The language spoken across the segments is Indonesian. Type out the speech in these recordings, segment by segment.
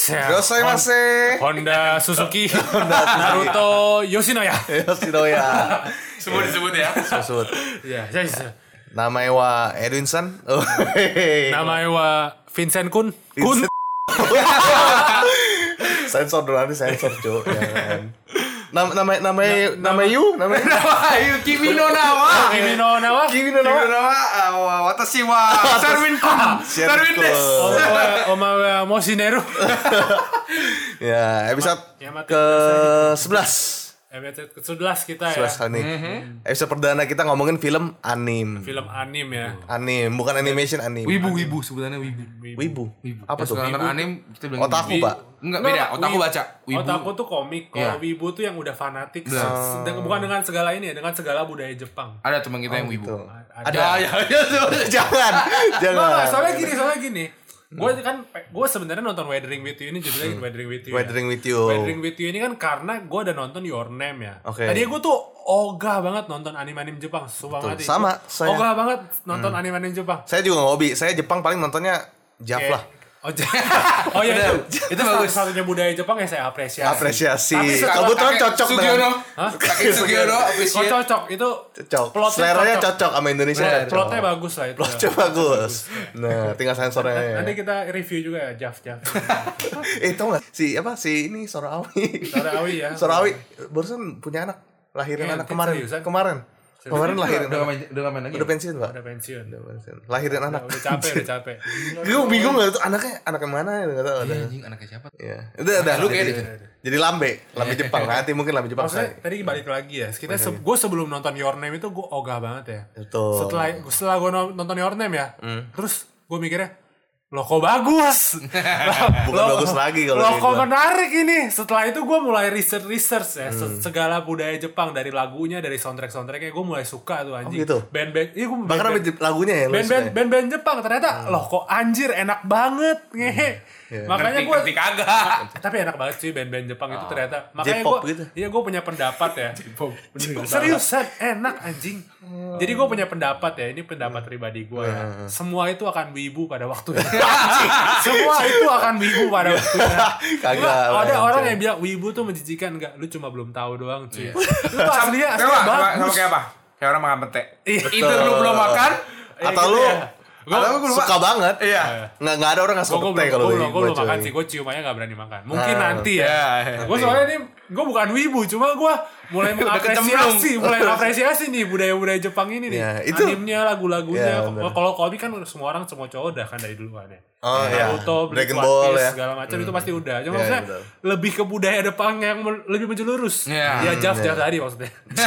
Yosaimase. Honda Suzuki. Naruto Yoshinoya. Yoshinoya. Semua disebut ya. Sebut. Ya, Namae wa Edwin-san. Namanya wa Vincent Kun. Sensor dulu nanti sensor, Cuk. Jangan. Nama Yu. Kimi no Nawa. Kimi no Nawa. Watashi wa Sherwin Kun. Sherwin desu. Omae wa Moshineru. Ya, episode Yamate ke-11. Episode ke-11 kita ya. 11 kali nih. Episode perdana kita ngomongin film anim. Film anim ya. Anim, bukan animation, anim. Wibu sebutannya wibu. Wibu. Apa tuh? Kalau nonton anim kita bilang Otaku, Pak. Enggak beda, otaku baca. Wibu. Otaku tuh komik, kalau wibu tuh yang udah fanatik. Bukan dengan segala ini ya, dengan segala budaya Jepang. Ada teman kita yang wibu. Gitu. Ada. Jangan. Nggak, soalnya gini. Gue sebenarnya nonton Weathering with You ini judulnya Weathering with You. Weathering with You. Weathering with You ini kan karena gue udah nonton Your Name ya. Oke. Tadi gue tuh ogah banget nonton anime-anime Jepang, sumpah banget. Sama, saya. Ogah banget nonton anime-anime Jepang. Saya juga hobi. Saya Jepang paling nontonnya JAV lah. Oh ya itu bagus. Satunya budaya Jepang yang saya apresiasi. Kebetulan cocok dengan Kakek Sugiono appreciate. cocok itu cocok. plotnya Seleranya cocok. cocok sama Indonesia. Plotnya bagus lah itu. Plotnya bagus. Nah, tinggal sensornya. Nanti kita review juga ya Jav. Tau gak si ini Sorawi. Sorawi ya. Sorawi barusan punya anak. Lahirin anak kemarin. Seriusan? Kemarin lahirin anak. Udah main lagi. Udah pensiun, Pak. Udah pensiun. Lahirin anak. Udah capek. Bingung gak tuh anaknya mana enggak tahu ada. Anjing anaknya siapa? Iya. Udah. Lu kayak gitu. Jadi lambe Jepang. Nanti mungkin lambe Jepang. Maksudnya tadi balik lagi ya. Gue sebelum nonton Your Name itu gue ogah banget ya. Betul. Setelah gue nonton Your Name ya, terus gue mikirnya, loh kok bagus. Bukan bagus lagi kalau loh kok gitu. menarik ini. Setelah itu gue mulai research ya, segala budaya Jepang, dari lagunya, dari soundtracknya gue mulai suka tuh anjing. Oh, gitu? Band-band, iya gue Bahkan lagunya ya. band-band Jepang ternyata loh kok anjir enak banget ngehe. Makanya gue kagak. tapi enak banget sih band-band Jepang itu ternyata. Makanya J-pop gue gitu. iya gue punya pendapat ya. Seriusan enak anjing. Jadi gue punya pendapat ya, ini pendapat pribadi gue ya. Semua itu akan wibu pada waktunya. Semua itu akan wibu pada waktunya. Kagak. Ada orang yang bilang wibu tuh menjijikan, enggak, lu cuma belum tahu doang cuy. Itu aslinya bagus. Sama kayak apa? Kayak orang makan pete. Itu Itu lu belum makan Atau lu suka banget. Iya. Enggak ada orang enggak suka pete kalau gue belum makan sih, gue cium aja gak berani makan. Mungkin nanti ya. Gue soalnya ini gue bukan wibu, cuma gue mulai mengapresiasi nih budaya-budaya Jepang ini nih. Ya, itu. Animnya, lagunya. Ya, kalau komik kan semua cowok udah kan dari dulu kan ya. Oh iya. Naruto, Dragon One Ball Piece, ya. segala macam itu pasti udah. Cuma Ya, maksudnya betul. lebih ke budaya Jepang yang lebih menjurus. Ya. Ya Jav tadi maksudnya.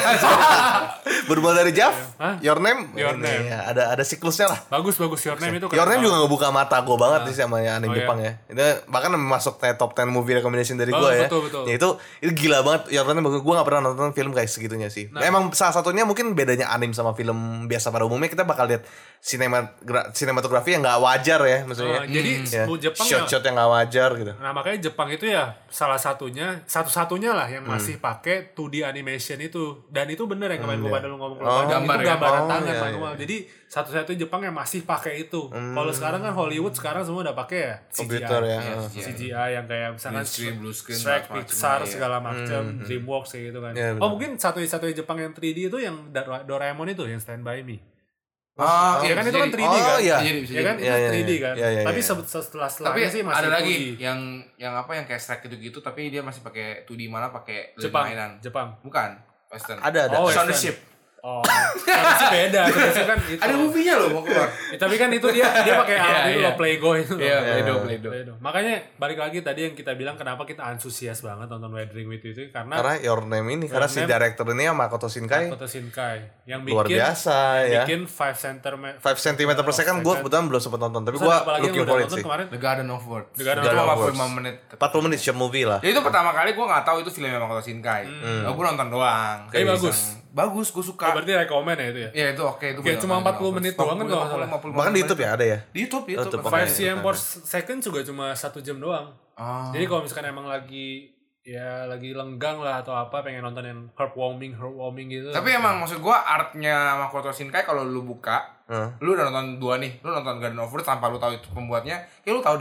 Bermula dari JAV, Hah? Your Name. Your Name. Ya, ada siklusnya lah. Bagus Your Name itu. Your Name juga ngebuka mata gue banget sih sama anime Oh, Jepang ya. Itu bahkan masuk top 10 movie recommendation dari Oh, gue ya. betul. Ya itu gila banget. Your Name gue gak pernah nonton film kayak segitunya sih. Emang salah satunya mungkin bedanya anime sama film biasa pada umumnya, kita bakal lihat sinematografi yang gak wajar ya maksudnya. Jadi Jepang shot yang gak wajar gitu. Nah makanya Jepang itu ya satu-satunya lah yang masih pakai 2D animation itu, dan itu bener ya kemarin gue pada lu ngomong gambar itu ya? gambaran Oh, tangan iya, manual. Jadi satu-satunya Jepang yang masih pakai itu. Kalau sekarang kan Hollywood sekarang semua udah pakai ya Komputer ya. CGI yang kayak misalkan blue screen, Shrek, macam-macam, Pixar ya. segala macam, DreamWorks kayak gitu kan. Iya, benar. Oh mungkin satunya Jepang yang 3D itu yang Doraemon itu yang Stand By Me. Iya Ya kan itu kan 3D Oh, kan. iya. Ya kan itu Iya, iya, 3D kan. iya, iya, Tapi iya. setelahnya sih masih ada 2D. lagi yang apa yang kayak Shrek gitu-gitu tapi dia masih pakai 2D, malah pakai mainan. Jepang. Bukan, Western. Ada. Oh, Shaun the Western. Sheep. Oh, itu beda. Itu kan itu. Ada movie-nya loh mau keluar. Ya, tapi kan itu dia pakai alat itu loh, Playgo itu. Iya, loh. Play-Doh. Makanya balik lagi tadi yang kita bilang kenapa kita antusias banget nonton Weathering with You itu karena Your Name ini karena si Name. director ini Makoto Shinkai Makoto Shinkai yang luar bikin biasa ya. bikin 5 cm per second gue kebetulan belum sempat nonton, tapi Terus gue apalagi yang looking udah for it nonton sih. kemarin The Garden of Words. The Garden Itu of Words. 45 menit. 40 menit short movie lah. Ya itu pertama kali gue nggak tahu itu filmnya Makoto Shinkai. Gue nonton doang. Tapi bagus. Bagus, gue suka. berarti rekomen ya itu ya. Iya itu oke itu. Kayak cuma 40 menit doang kan kalau nggak salah. Bahkan di YouTube ya ada ya. Di YouTube. YouTube, 5 oke. cm per second juga cuma 1 jam doang. Jadi kalau misalkan emang lagi lenggang lah atau apa, pengen nonton yang heartwarming gitu. Tapi emang maksud gue artnya Makoto Shinkai kalau lu buka, lu udah nonton 2 nih, lu nonton Garden of Words tanpa lu tahu itu pembuatnya, ya lu tahu deh.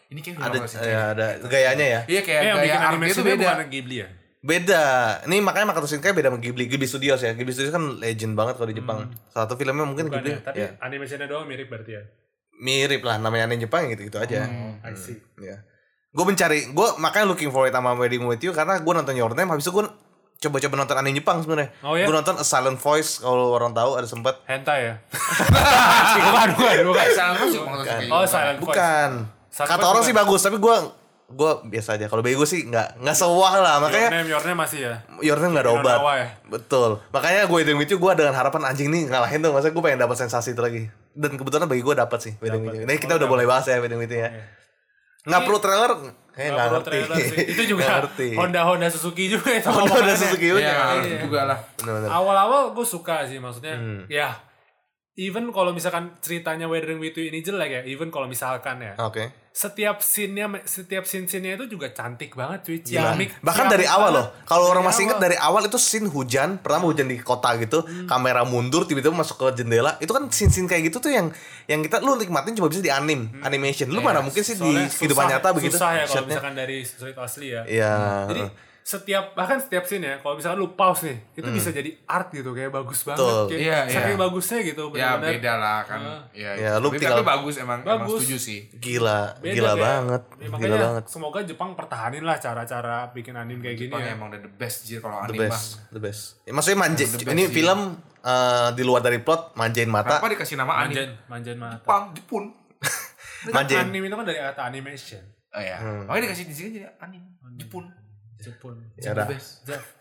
ini kayak Ada film ada gayanya ya. Iya kayak yang gaya bikin art animasi itu itu beda. bukan Ghibli ya? Beda. Ini makanya Makoto Shinkai beda sama Ghibli Studios ya. Ghibli Studios kan legend banget kalau di Jepang. Salah satu filmnya mungkin Bukan Ghibli. ya, tapi Ya. animasinya doang mirip berarti ya. Mirip lah namanya anime Jepang gitu-gitu aja. I see. Ya. Gue makanya looking forward sama Wedding with You karena gue nonton Your Name habis itu gue coba-coba nonton anime Jepang sebenarnya. Oh, ya? Gue nonton A Silent Voice kalau orang tahu ada sempet. Hentai ya? bukan. Salah masuk maksudnya. Oh, Silent Voice. Bukan. Silent Kata Voice orang bukan. sih bagus tapi gue biasa aja. Kalau bagi gue sih nggak sewah lah makanya. Your Name masih ya? Your Name nggak ada obat. Inonawa ya? Betul. Makanya gue Wedding with You gue dengan harapan anjing nih ngalahin tuh. Maksudnya gue pengen dapat sensasi itu lagi. Dan kebetulan bagi gue dapat sih Wedding with You. Nah kita udah boleh bahas ya Wedding with You ya. Nggak perlu trailer. Nggak ngerti. Trailer sih. Itu juga Nggak ngerti. Honda Suzuki juga itu. Honda omongannya. Suzuki Iya, juga. juga lah. Bener-bener. Awal-awal gue suka sih maksudnya. Ya, even kalau misalkan ceritanya Weathering with You ini jelek ya, even kalau misalkan ya, Oke. setiap scene-nya itu juga cantik banget cuy. Gila. Ciamik. Bahkan ciamik dari awal banget. loh. Kalau orang Dari masih inget awal. dari awal itu scene hujan, pertama hujan di kota gitu, kamera mundur tiba-tiba masuk ke jendela. Itu kan scene-scene kayak gitu tuh yang kita lu nikmatin cuma bisa di animation. Lu mana mungkin sih di Soalnya kehidupan nyata begitu. Susah ya kalau shotnya. misalkan dari cerita asli ya. Iya. Jadi setiap scene ya, kalau misalkan lu pause nih, itu bisa jadi art gitu kayak bagus banget. Betul. Kayak Iya, saking iya. bagusnya gitu. Ya bener-bener. beda lah kan. Ya, lu tapi tinggal- bagus emang Bagus. setuju sih. Gila, Beda gila kayak- banget. Ya, Gila makanya banget. semoga Jepang pertahanin lah cara-cara bikin anime kayak gini Jepang ya. emang udah the best Jir kalau The anime mah. best, the best. Ya, maksudnya The best ini sih. film di luar dari plot manjain mata. Kenapa dikasih nama anime? Manjain mata. Jepang, Jepun. Manjain. Anime itu kan dari kata animation. Oh ya. Makanya dikasih di sini jadi anime. Jepun. Jepun. Ya udah. The best.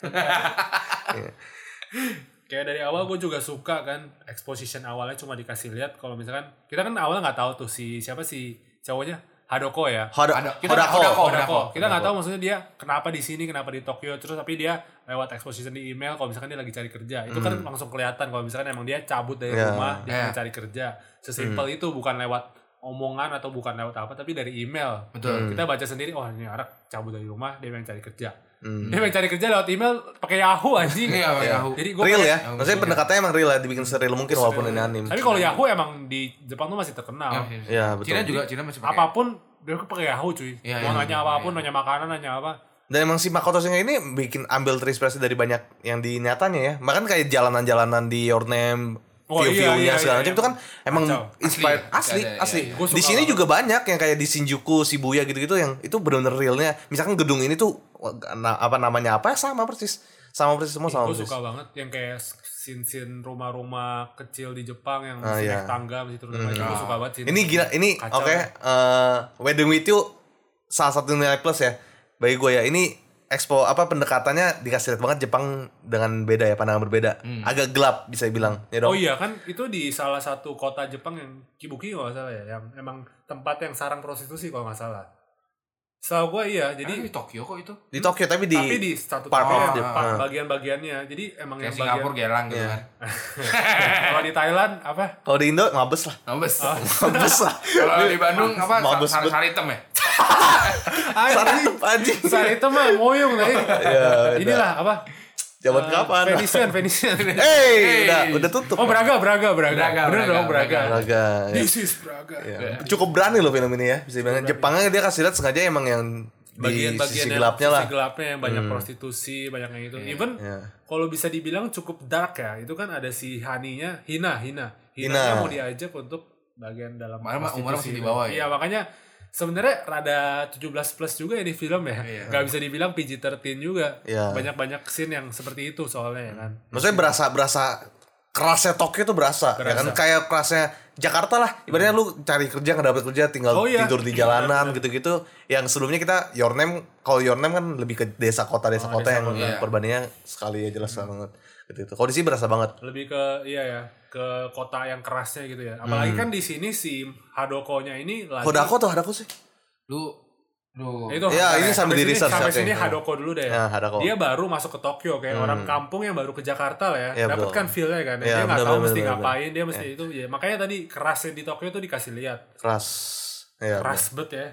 Kayak dari awal gue juga suka kan exposition awalnya cuma dikasih lihat kalau misalkan kita kan awalnya nggak tahu tuh siapa si cowoknya Hadoko ya. Hodako. Kita nggak tahu maksudnya dia kenapa di sini, kenapa di Tokyo terus tapi dia lewat exposition di email kalau misalkan dia lagi cari kerja. Itu kan langsung kelihatan kalau misalkan emang dia cabut dari rumah, dia mau cari kerja. Sesimpel itu bukan lewat omongan atau bukan lewat apa tapi dari email. Betul. Kita baca sendiri, oh ini anak cabut dari rumah, dia pengen cari kerja. Dia pengen cari kerja lewat email pakai Yahoo anjing. Iya, Yahoo. Jadi gua Real pengen- ya. Maksudnya pendekatannya emang real ya, dibikin seril mungkin walaupun ini anime. Tapi kalau Yahoo emang di Jepang tuh masih terkenal. Ya, betul. Cina masih pakai. Apapun dia pakai Yahoo cuy. Iya, Mau iya, nanya apapun, nanya makanan, nanya apa. Dan emang si Makoto Shinkai ini bikin ambil terinspirasi dari banyak yang di nyatanya ya. Bahkan kayak jalanan-jalanan di Your Name, Oh, view-viewnya iya, segala macam iya. itu kan emang Kacau. inspired asli. Iya. Gua suka Di sini banget. juga banyak yang kayak di Shinjuku, Shibuya gitu-gitu yang itu benar-benar realnya. Misalkan gedung ini tuh apa namanya apa sama persis. Sama persis semua sama Gue persis. suka banget yang kayak scene rumah-rumah kecil di Jepang yang Ah, mesti iya. naik tangga mesti turun naik. Gue suka banget sih. Ini gila, ini Kacau. oke. Wedding with You salah satu nilai plus ya bagi gue ya. Ini pendekatannya dikasih lihat banget Jepang dengan beda ya, pandangan berbeda. Agak gelap bisa dibilang. Ya dong. Oh iya kan itu di salah satu kota Jepang yang Kibuki kalau nggak salah ya, yang emang tempat yang sarang prostitusi kalau nggak salah. Setahu gue iya, jadi Jadi di Tokyo kok itu. Di Tokyo tapi di satu part of tempat the- bagian-bagiannya. Jadi emang Kayak yang Singapura bagian gelang gitu kan. kalau di Thailand apa? kalau di Indo mabes lah. Mabes. Mabes lah. Kalau di Bandung apa? Mabes banget. Sari hitam ya? Sarap anjing. Saat itu mah moyong tadi. Iya, beda. Inilah apa? Zaman kapan? Venetian. Udah tutup. Oh Braga. Braga, Bener dong Braga. Braga. Ya. This is Braga. Ya. Cukup berani loh film ini ya. Bisa dibilang Jepangnya dia kasih lihat sengaja emang yang di Bagian-bagian sisi yang gelapnya lah. sisi gelapnya yang banyak prostitusi, banyak yang itu. Even kalau bisa dibilang cukup dark ya. Itu kan ada si Haninya, Hina. Hinanya mau diajak untuk bagian dalam Umurnya masih di itu. bawah ya? Iya, makanya sebenarnya rada 17 plus juga ini film ya. Gak bisa dibilang PG-13 juga. Iya. Banyak-banyak scene yang seperti itu soalnya ya kan. Maksudnya berasa kerasnya Tokyo tuh berasa. Ya kan kayak kerasnya Jakarta lah. Ibaratnya lu cari kerja nggak dapet kerja tinggal tidur di jalanan gitu-gitu. Yang sebelumnya kita Your Name, kalau Your Name kan lebih ke desa kota yang perbandingannya sekali ya jelas banget. Gitu. Kalau di sini berasa banget. Lebih ke ke kota yang kerasnya gitu ya. Apalagi kan di sini si Hadoko-nya ini lagi Hadako sih. Lu itu ya, ini sambil di research, sampai oke. sini Hadoko dulu deh. Ya, Hadako. Dia baru masuk ke Tokyo kayak orang kampung yang baru ke Jakarta lah ya. Ya, Dapat betul. kan feel-nya kan. Ya, Dia nggak tahu bener, mesti bener, ngapain, dia mesti itu ya. Makanya tadi kerasnya di Tokyo tuh dikasih lihat. Keras. Ya, Keras bet ya.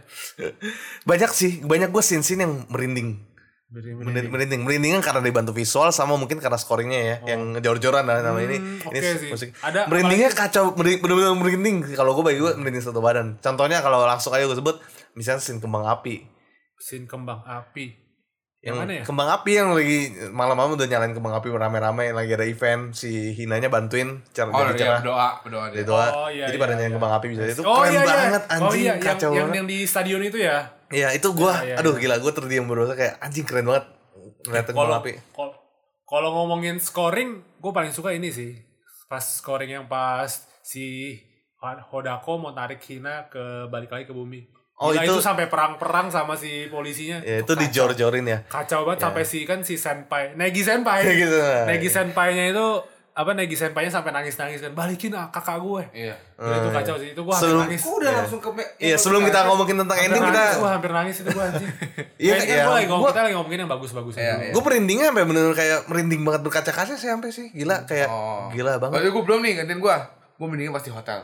banyak gue scene yang merinding. Merinding kan karena dibantu visual sama mungkin karena scoringnya ya yang jor-joran lah nama ini oke sih. musik. Ada merindingnya kacau, bener-bener merinding. Kalau gue bagi gue merinding satu badan. Contohnya kalau langsung aja gue sebut misalnya scene kembang api. Scene kembang api. Yang mana ya? Kembang api yang lagi malam-malam udah nyalain kembang api rame-rame, lagi ada event, si Hinanya bantuin jadi cerah. Berdoa dia. Jadi pada nyalain kembang api bisa itu keren banget anjing, kacau banget. Yang di stadion itu ya. Iya, itu gua aduh gila, gua terdiam berdosa kayak anjing keren banget ngeliatin kembang api. Kalau ngomongin scoring, gua paling suka ini sih. Pas scoring yang pas si Hodako mau tarik Hina balik lagi ke bumi. Gila, itu sampai perang-perang sama si polisinya. Ya, itu dijor-jorin ya. Kacau banget sampai si senpai, Negi senpainya itu Negi senpainya sampai nangis-nangis kan, balikin kakak gue. Iya. Itu kacau sih, itu gue hampir nangis. Gue udah langsung ke iya, sebelum kita ngomongin tentang ending kita gue hampir nangis itu gue anjing. Iya, kita lagi ngomongin yang bagus-bagus. Gue merindingnya sampai bener kayak merinding banget berkaca-kaca sih sampai sih. Gila kayak gila banget. Berarti gue belum nih gantiin gue merindingnya pasti hotel.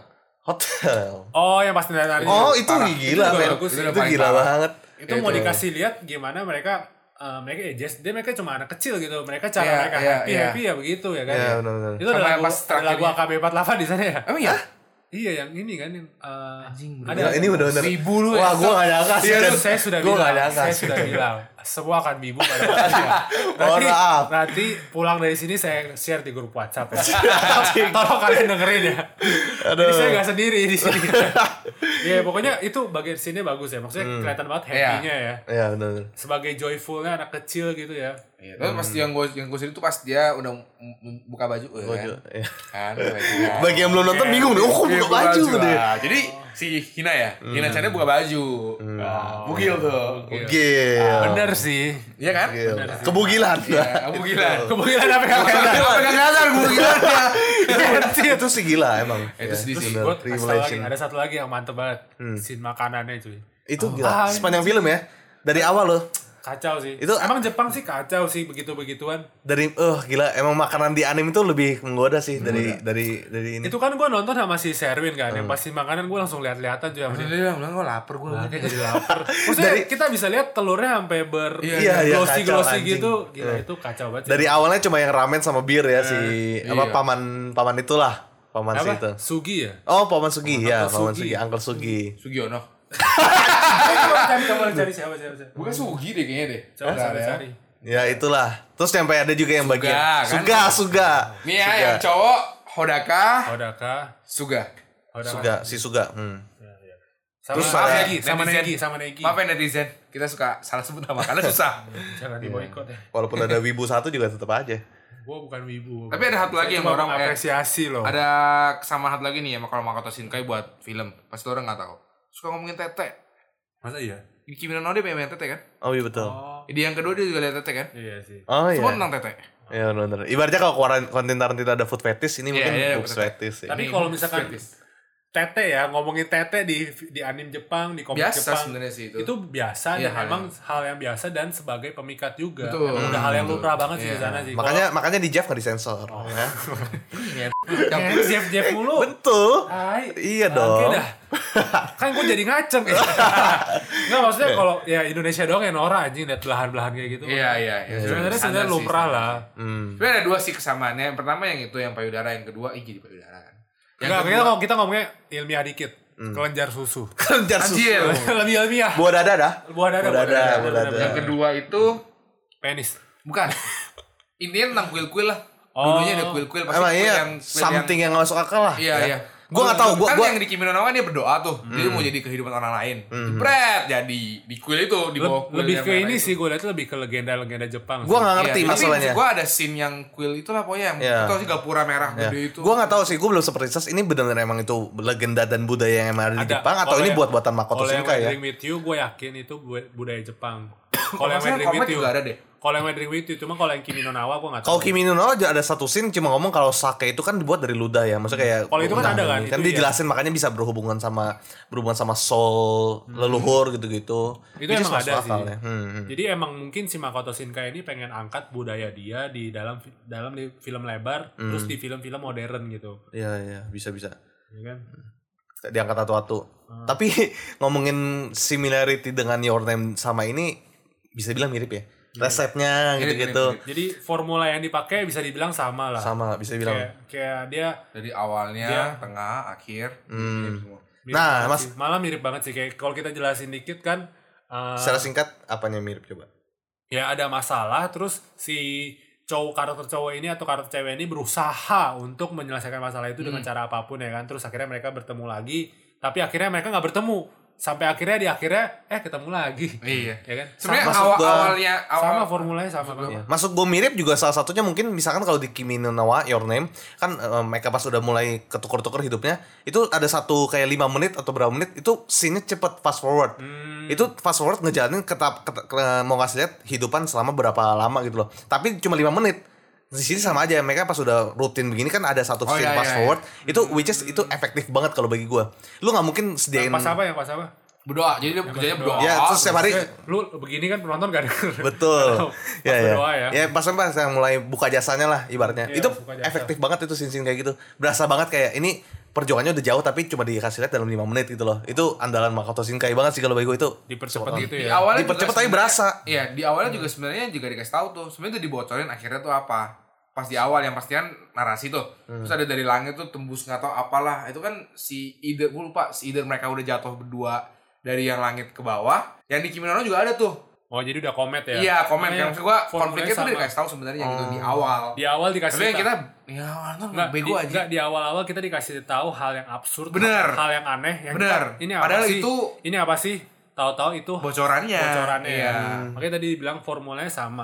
Oh, yang pasti dari oh itu gila men, itu gila banget. Itu mau dikasih lihat gimana mereka mereka cuma anak kecil gitu, mereka mereka happy ya begitu ya kan. Iya, benar. Itu ada lagu AKB48 di sana ya. Emang ya? Iya, yang ini kan anjing. Ada ini benar-benar wibu lu. Wah, gua enggak nyangka. Saya sudah bilang semua akan wibu pada waktunya. Nanti pulang dari sini saya share di grup WhatsApp ya. Tolong kalian dengerin ya. Jadi saya enggak sendiri di sini. Ya pokoknya itu bagian sini bagus ya. Maksudnya kelihatan banget happy-nya ya. Iya, benar. Sebagai joyful-nya anak kecil gitu ya. Iya, terus pas yang gue sedih tuh pas dia udah buka baju kan. Bagi yang belum nonton bingung nih, kok buka baju deh. Jadi si Hina ya, Hina caranya buka baju. Bugil tuh. Bugil. Bener sih. Iya kan? Kebugilan. Kebugilan apa yang ngasar kebugilannya. Itu sih gila emang. Itu sedih sih. Ada satu lagi yang mantep banget. Scene makanannya cuy. Itu gila. Sepanjang film ya. Dari awal loh. Kacau sih. Itu emang Jepang sih kacau sih begitu-begituan. Dari gila, emang makanan di anime itu lebih menggoda sih dari ini. Itu kan gue nonton sama si Sherwin kan, yang pasti makanan gue langsung lihat-lihatan juga sama dia. Bilang gue lapar gue. Kayak jadi lapar. Maksudnya kita bisa lihat telurnya sampai glossy gitu. Gila itu kacau banget. Dari awalnya cuma yang ramen sama bir ya si paman itulah. Paman si itu. Sugi ya? Oh, paman Sugi ya, paman Sugi, Uncle Sugi. Sugiono. Coba cari siapa. Bukan Sugi deh kayaknya deh. Coba cari. Ya itulah. Terus sampai ada juga yang bagian Suga. Nih ya yang cowok Hodaka. Suga. Si Suga. Terus sama Negi. Maaf ya netizen, kita suka salah sebut nama karena susah. Jangan diboikot ya. Walaupun ada wibu satu juga tetap aja. Gua bukan wibu. Tapi ada satu lagi yang orang apresiasi loh. Ada kesamaan satu lagi nih ya kalau Makoto Shinkai buat film. Pasti orang nggak tahu. Suka ngomongin tete. Masa iya? Di Kimi no dia punya tete kan? Oh iya betul. Di yang kedua dia juga lihat tete kan? Iya sih. Oh iya. Semua tentang tete. Iya benar. Ibaratnya kalau konten Tarantino ada food fetish, ini mungkin food fetish. Tapi kalau misalkan tete ya, ngomongin tete di anime Jepang, di komik biasa Jepang sebenarnya sih itu biasa dan memang hal yang biasa dan sebagai pemikat juga. Betul. Udah hal yang lumrah banget sih di sana sih. Makanya di Jeff nggak disensor. Jeff mulu. Betul. Iya dong. Kan gue jadi ngaceng ya. Nggak, maksudnya kalau ya Indonesia doang yang norak anjing lihat belahan-belahan kayak gitu. Iya. Sebenarnya lumrah lah. Sebenarnya ada dua sih kesamaannya. Yang pertama yang itu yang payudara, yang kedua jadi payudara kan. Enggak, kita ngomongnya ilmiah dikit. Kelenjar susu. Lebih ilmiah. Buah dada dah. Buah dada. Yang kedua itu penis. Bukan. Intinya tentang kuil-kuil lah. Dulunya ada kuil-kuil pasti kuil yang something yang masuk akal lah. Iya. Gue gak tau. Kan yang di Kimi no Na wa dia berdoa tuh. Dia mau jadi kehidupan orang lain. Jepret jadi di kuil itu di bawah kuil. Lebih ke ini sih gue lihat lebih ke legenda-legenda Jepang. Gue gak ngerti masalahnya. Tapi gue ada scene yang kuil itulah pokoknya yang itu sih gapura merah gede itu. Gue gak tahu sih, gue belum seperti ini benar-benar emang itu legenda dan budaya yang emang ada di Jepang atau ini buat-buatan Makoto Shinkai ya. Kalau yang Weathering with You gue yakin itu budaya Jepang. Kalau yang Weathering with You juga ada deh. Kalau yang Weathering with You, cuma kalau yang Kimi no Na wa gue nggak tahu. Kalau Kimi no Na wa ada satu scene cuma ngomong kalau sake itu kan dibuat dari ludah ya, maksudnya kayak. Kalau itu kan ada kan? Kan dijelasin makanya bisa berhubungan sama soul leluhur gitu-gitu. Itu emang ada sih. Jadi emang mungkin si Makoto Shinkai ini pengen angkat budaya dia di dalam film lebar, terus di film-film modern gitu. Iya, bisa. Iya kan? Diangkat satu-satu. Tapi ngomongin similarity dengan Your Name sama ini bisa bilang mirip ya. Resepnya gitu-gitu. Jadi formula yang dipakai bisa dibilang sama lah. Sama, bisa bilang. Kayak dia dari awalnya, tengah, akhir. Malah mirip banget sih. Kayak kalau kita jelasin dikit kan. Secara singkat apanya mirip coba? Ya ada masalah, terus si karakter cowok ini atau karakter cewek ini berusaha untuk menyelesaikan masalah itu dengan cara apapun ya kan. Terus akhirnya mereka bertemu lagi, tapi akhirnya mereka nggak bertemu. Sampai akhirnya ketemu lagi. Iya. Ya kan? Sebenarnya awalnya sama formulanya sama banget. Masuk gue mirip juga salah satunya mungkin misalkan kalau di Kimi no Na wa Your Name kan mereka pas udah mulai ketuker-tuker hidupnya itu ada satu kayak 5 menit atau berapa menit itu scene-nya cepet fast forward. Itu fast forward ngejalanin mau ngasih lihat hidupan selama berapa lama gitu loh. Tapi cuma 5 menit. Di sini sama aja, mereka pas udah rutin begini kan ada satu scene fast forward itu which is itu efektif banget kalau bagi gue. Lu nggak mungkin sediain pas apa? Berdoa, jadi dia kerjanya berdoa. Ya terus setiap hari lu begini kan penonton gak denger. Betul. Berdoa ya pas yang mulai buka jasanya lah ibaratnya. Itu efektif banget itu scene kayak gitu. Berasa banget kayak ini perjuangannya udah jauh tapi cuma dikasih lihat dalam 5 menit gitu loh. Itu andalan Makoto Shinkai banget sih kalau bagi gue itu. Dipercepat gitu ya. Dipercepat tapi berasa. Iya, di awalnya juga sebenarnya juga dikasih tahu tuh. Sebenarnya udah dibocorin akhirnya tuh apa? Pas di awal yang pasti kan narasi tuh. Terus ada dari langit tuh tembus nggak tahu apalah. Itu kan gue lupa mereka udah jatuh berdua dari yang langit ke bawah. Yang di Kimi no Na juga ada tuh. Oh jadi udah komet ya? Iya komet kan. Maksud gue konfliknya tuh dikasih tahu sebenarnya gitu di awal. Di awal dikasih tahu. Tapi kita nggak bego aja. Di awal-awal kita dikasih tahu hal yang absurd. Bener. Hal yang aneh. Ini apa Padahal sih? itu. Ini apa sih? Tahu-tahu itu bocorannya. Iya. Makanya tadi bilang formulanya sama.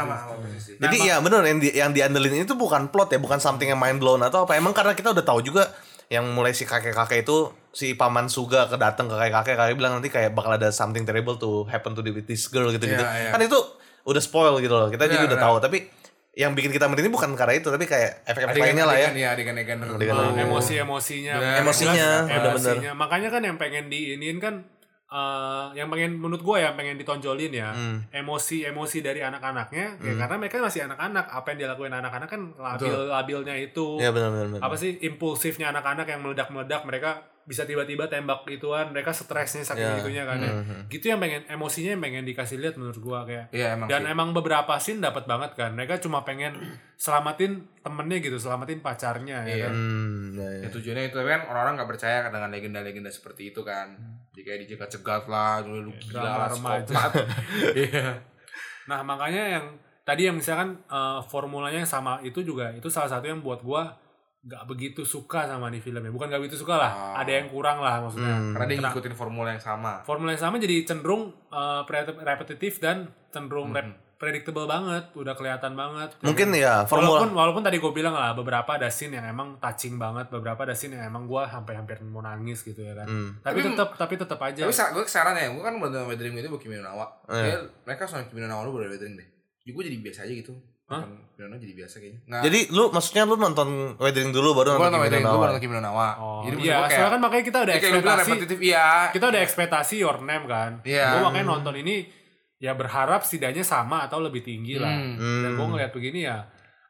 Jadi ya bener yang diandelin itu bukan plot ya, bukan something yang mind blown atau apa. Emang karena kita udah tahu juga yang mulai si kakek-kakek itu si paman Suga kedatang ke kakek bilang nanti kayak bakal ada something terrible to happen to this girl gitu-gitu. Kan itu udah spoil gitu loh. Kita juga udah tahu tapi yang bikin kita merinding bukan karena itu tapi kayak efek-efek lainnya lah ya. Adegan-adegan. Emosinya. Bener-bener. Makanya kan yang pengen diinin kan yang menurut gue yang pengen ditonjolin ya emosi dari anak-anaknya ya karena mereka masih anak-anak. Apa yang dilakuin anak-anak kan labilnya itu ya, benar. Apa sih impulsifnya anak-anak yang meledak-meledak, mereka bisa tiba-tiba tembak gituan, mereka stresnya saking gitunya kan ya. Gitu yang pengen emosinya yang pengen dikasih lihat menurut gua kayak. Dan emang beberapa scene dapat banget kan. Mereka cuma pengen selamatin temennya gitu, selamatin pacarnya ya kan. Ya tujuannya itu kan orang-orang nggak percaya dengan legenda-legenda seperti itu kan. Jadi kayak dicegat-cegat lah, dulu gila remaja. Iya. Nah, makanya yang tadi yang misalkan formulanya sama itu juga itu salah satu yang buat gua nggak begitu suka sama nih filmnya. Bukan nggak begitu suka lah, ada yang kurang lah maksudnya. Karena dia ngikutin formula yang sama. Formula yang sama jadi cenderung repetitif dan cenderung predictable banget, udah kelihatan banget. Mungkin ya formula. Walaupun tadi gue bilang lah beberapa ada scene yang emang touching banget, beberapa ada scene yang emang gue hampir mau nangis gitu ya kan. Tapi tetap aja. Tapi gue saran ya, gue kan nonton Weathering itu Kimi no Na wa. Mereka soal Kimi no Na wa lu baru Weathering deh. Jadi gue jadi biasa aja gitu. Nonton jadi biasa kayaknya. Jadi maksudnya lu nonton Weathering dulu baru nonton Kimi no Na wa. Jadi iya, soalnya kan makanya kita udah ekspektasi. Kita udah ekspektasi Your Name kan. Gue makanya nonton ini ya berharap setidaknya sama atau lebih tinggi lah. Dan gue ngeliat begini ya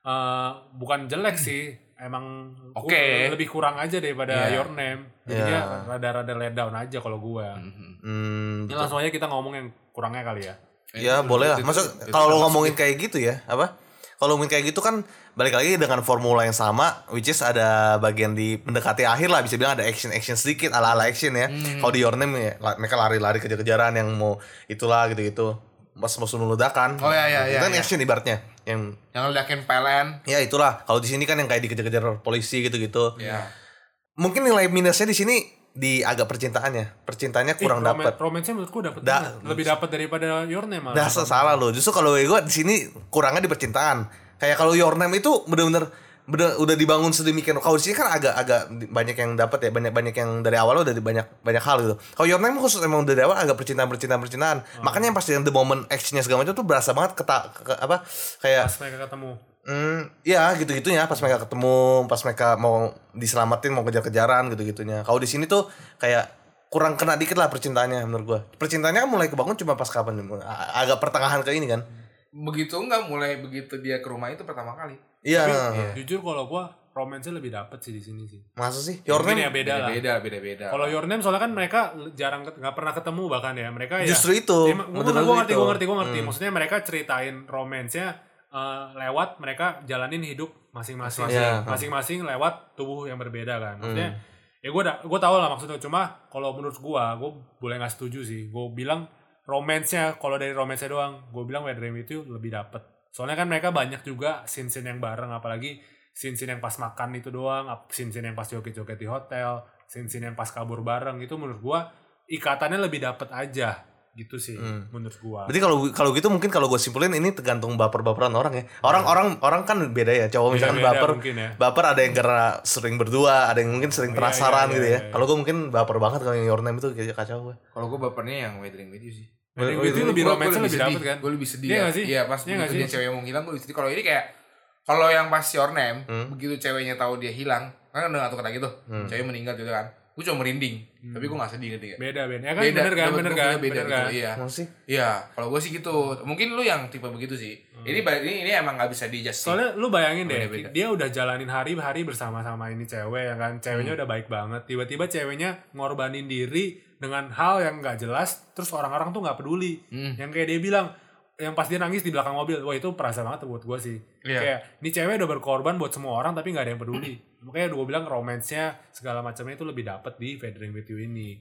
bukan jelek sih, emang lebih kurang aja daripada Your Name. Jadinya rada-rada let down aja kalau gue. Ini langsung aja kita ngomong yang kurangnya kali ya. Ya boleh lah. Maksud kalau lo ngomongin kayak gitu ya apa? Kalau ngomongin kayak gitu kan balik lagi dengan formula yang sama, which is ada bagian di mendekati akhir lah, bisa bilang ada action sedikit ala action ya. Kalau di Your Name ya mereka lari-lari kejar-kejaran yang mau itulah gitu-gitu. Mas musuh ledakan. Itu kan action ibaratnya yang ledakin PLN. Ya itulah. Kalau di sini kan yang kayak dikejar-kejar polisi gitu-gitu. Iya. Mungkin nilai minusnya di sini di agak percintaannya kurang dapat. Romance-nya menurutku dapat lebih dapat daripada Your Name malah. Salah lo. Justru kalau gue di sini kurangnya di percintaan. Kayak kalau Your Name itu benar-benar udah dibangun sedemikian. Kalau di sini kan agak banyak yang dapat ya, banyak yang dari awal udah banyak hal gitu. Kalau Your Name khusus emang dari awal agak percintaan. Makanya yang pasti the moment actionnya segala macam tuh berasa banget kayak pas mereka ketemu. Ya gitu-gitunya pas mereka ketemu, pas mereka mau diselamatin, mau kejar-kejaran gitu-gitunya. Kalau di sini tuh kayak kurang kena dikit lah percintaannya menurut gua. Percintaannya kan mulai kebangun cuma pas kapan? Agak pertengahan ke ini kan. Begitu mulai begitu dia ke rumah itu pertama kali. Iya. Jujur kalau gua romance-nya lebih dapet sih di sini sih. Masa sih? Your Name ya beda. Kalau Your Name soalnya kan mereka jarang nggak pernah ketemu bahkan ya. Mereka justru ya, itu. Gua ngerti. Maksudnya mereka ceritain romance-nya lewat mereka jalanin hidup masing-masing lewat tubuh yang berbeda kan. Maksudnya Ya gue tahu lah maksudnya, cuma kalau menurut gue boleh nggak setuju sih. Gue bilang romance-nya, kalau dari romance-nya doang, gue bilang Where Dream With You lebih dapet. Soalnya kan mereka banyak juga scene-scene yang bareng, apalagi scene-scene yang pas makan itu doang, scene-scene yang pas joget-joget di hotel, scene-scene yang pas kabur bareng, itu menurut gue ikatannya lebih dapet aja. Gitu sih menurut gua. Berarti kalau gitu mungkin kalau gue simpulin ini tergantung baper-baperan orang ya. Orang kan beda ya. Cowok misalkan baper, ya. baper ada yang karena sering berdua, ada yang mungkin sering penasaran gitu ya. Kalau gue mungkin baper banget kalau yang Your Name itu kayak kacau gue. Kalau gue bapernya yang Wedding With You sih. Wedding With You lebih romantis, lebih dapet kan. Gue lebih sedih. Iya ya. Iya pas begitu dia cewek mau hilang gue lebih sedih. Kalau ini kayak kalau yang pas Your Name begitu ceweknya tahu dia hilang, kan udah ngatur lagi tuh. Cewek meninggal gitu kan. Gue cuma merinding, tapi gue gak sedih gitu ya. Beda. Ya kan bener kan. Iya. Masih? Iya, kalau gue sih gitu. Mungkin lu yang tipe begitu sih. Ini emang gak bisa di-adjust. Soalnya lu bayangin deh, dia udah jalanin hari-hari bersama-sama ini cewek ya kan. Ceweknya udah baik banget. Tiba-tiba ceweknya ngorbanin diri dengan hal yang gak jelas, terus orang-orang tuh gak peduli. Yang kayak dia bilang, yang pas dia nangis di belakang mobil, wah itu perasa banget buat gue sih. Kayak ini cewek udah berkorban buat semua orang tapi nggak ada yang peduli. Makanya gue bilang romance-nya segala macamnya itu lebih dapet di Wedding With You ini.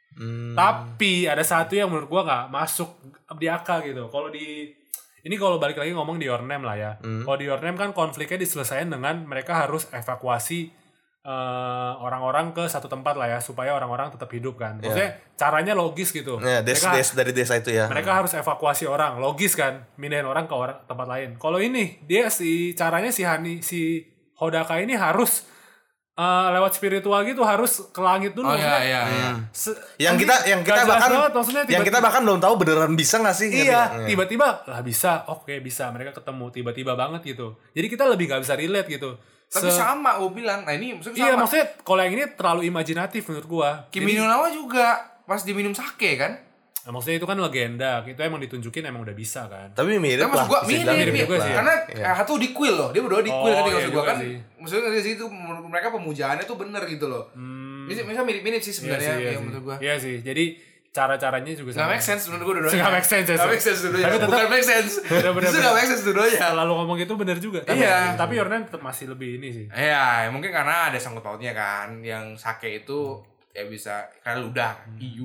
Tapi ada satu yang menurut gue nggak masuk di akal gitu. Kalau balik lagi ngomong di Your Name lah ya. Kalau di Your Name kan konfliknya diselesaikan dengan mereka harus evakuasi orang-orang ke satu tempat lah ya supaya orang-orang tetap hidup kan. Maksudnya caranya logis gitu. Dari desa itu ya. Mereka harus evakuasi orang, logis kan, mindahin orang ke tempat lain. Kalau ini dia caranya si Hodaka ini harus lewat spiritual gitu, harus ke langit dulu. Yang kita bahkan belum tahu beneran bisa nggak sih? Iya, tiba-tiba lah bisa, oke bisa, mereka ketemu tiba-tiba banget gitu. Jadi kita lebih nggak bisa relate gitu. Tapi sama gue bilang, nah ini maksudnya sama. Iya maksudnya kalau yang ini terlalu imajinatif menurut gue. Kimi no Na wa juga pas diminum sake kan. Nah, maksudnya itu kan legenda, itu emang ditunjukin emang udah bisa kan. Tapi mirip lah. Maksud gue mirip juga sih. Karena satu di kuil loh, dia berdua di kuil kan maksud gue kan. Maksudnya dari situ mereka pemujaannya tuh bener gitu loh. Misalnya mirip-mirip sih sebenarnya menurut gue. Iya sih, jadi cara-caranya juga sama. Gak make sense menurut gue dua-duanya. Gak make sense ya. Gak make sense dua-duanya. Bukan make sense. Justru gak make sense dua-duanya. Lalu ngomong gitu bener juga. Tapi Your Name tetap masih lebih ini sih. Iya, mungkin karena ada sangkut pautnya kan. Yang sake itu ya bisa karena ludah.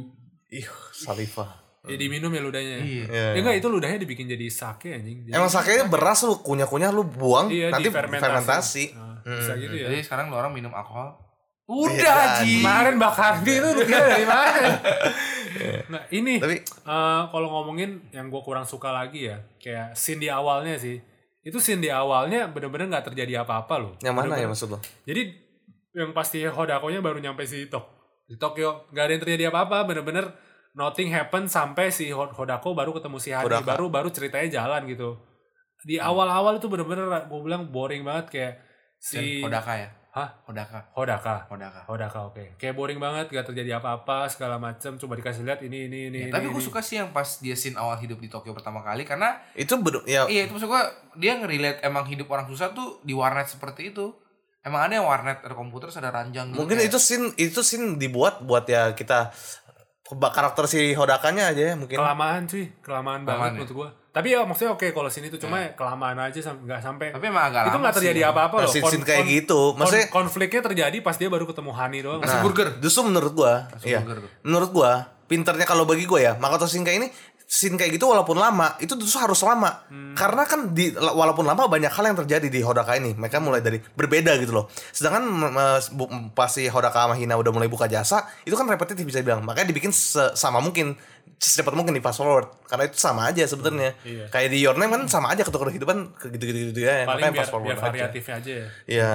Saliva. Ya diminum ya ludahnya. Ya enggak, itu ludahnya dibikin jadi sake anjing. Emang sakenya beras lu kunyah-kunyah lu buang nanti fermentasi. Bisa gitu ya. Jadi sekarang orang minum alkohol. Udah Ji. Kemarin Mbak Kardi itu lu kira dari mana? Nah ini kalau ngomongin yang gue kurang suka lagi ya, kayak scene di awalnya sih. Itu scene di awalnya bener-bener gak terjadi apa-apa loh. Yang mana ya maksud lo? Jadi yang pasti Hodakonya baru nyampe di Tokyo, gak ada yang terjadi apa-apa, bener-bener nothing happen sampai si Hodako baru ketemu si Hani, baru ceritanya jalan gitu. Di awal-awal itu bener-bener gue bilang boring banget, kayak si Hodaka ya? Hah? Hodaka, oke. Kayak boring banget, gak terjadi apa-apa, segala macem. Coba dikasih lihat ini. Tapi gue suka sih yang pas dia scene awal hidup di Tokyo pertama kali, karena itu itu maksud gue dia nge-relate emang hidup orang susah tuh di warnet seperti itu. Emang ada yang warnet ada komputer, ada ranjang gitu. Mungkin kayak, itu scene dibuat buat ya kita karakter si Hodakanya aja ya mungkin. Kelamaan banget menurut gue. Tapi ya maksudnya oke kalau sini tuh cuma kelamaan aja nggak sampai. Tapi emang agak lama. Itu nggak terjadi apa-apa loh. Scene kayak gitu. Maksudnya konfliknya terjadi pas dia baru ketemu Hani doang. Nasi burger. Justru menurut gua, menurut gua pinternya kalau bagi gua ya, Makoto Shinkai ini scene kayak gitu walaupun lama, itu justru harus lama. Karena kan walaupun lama banyak hal yang terjadi di Hodaka ini. Mereka mulai dari berbeda gitu loh. Sedangkan pas si Hodaka sama Hina udah mulai buka jasa, itu kan repetitif bisa dibilang. Makanya dibikin sama mungkin, secepat mungkin di fast forward. Karena itu sama aja sebenarnya. Kayak di Your Name kan sama aja ketukar kehidupan gitu-gitu ya. Paling biar variatifnya aja ya. Iya.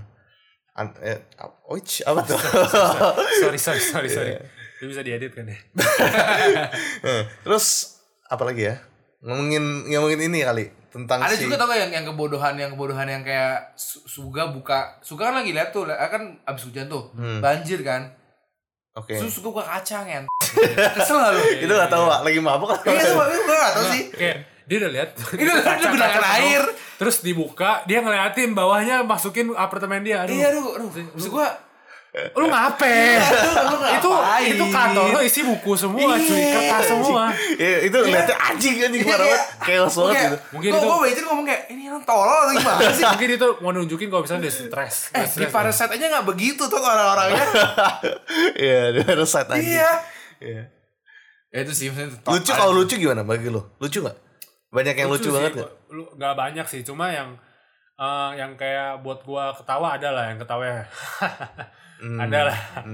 Apa tuh? Sorry. Itu bisa diedit kan ya. Terus apa lagi ya? Ngomongin ini kali tentang ada juga tau gak yang kebodohan yang kayak Suga kan lagi lihat tuh kan abis hujan tuh banjir kan. Oke. Suga buka kaca kan. Kesel gak lu? Itu gak tau Pak, lagi mabuk kan? Iya, gue gak tau sih. Kayak dia udah lihat kaca genangan air, terus dibuka, dia ngeliatin bawahnya masukin apartemen dia. Aduh. Maksud gue Lu ngapain? itu kantor lu isi buku semua, cuy, kertas semua. Itu lihatnya anjing banget, chaos banget gitu. Mungkin itu gue belajar ngomong kayak ini orang tolol gimana sih? Mungkin itu mau nunjukin kalau misalnya dia stres. Di Parasite aja nggak begitu tuh orang-orangnya. Iya, di Parasite aja. Iya. Ya itu sih lucu. Kalau lucu gimana bagi lo? Lucu nggak? Banyak yang lucu banget nggak? Nggak banyak sih, cuma yang kayak buat gua ketawa adalah yang ketawa. Adalah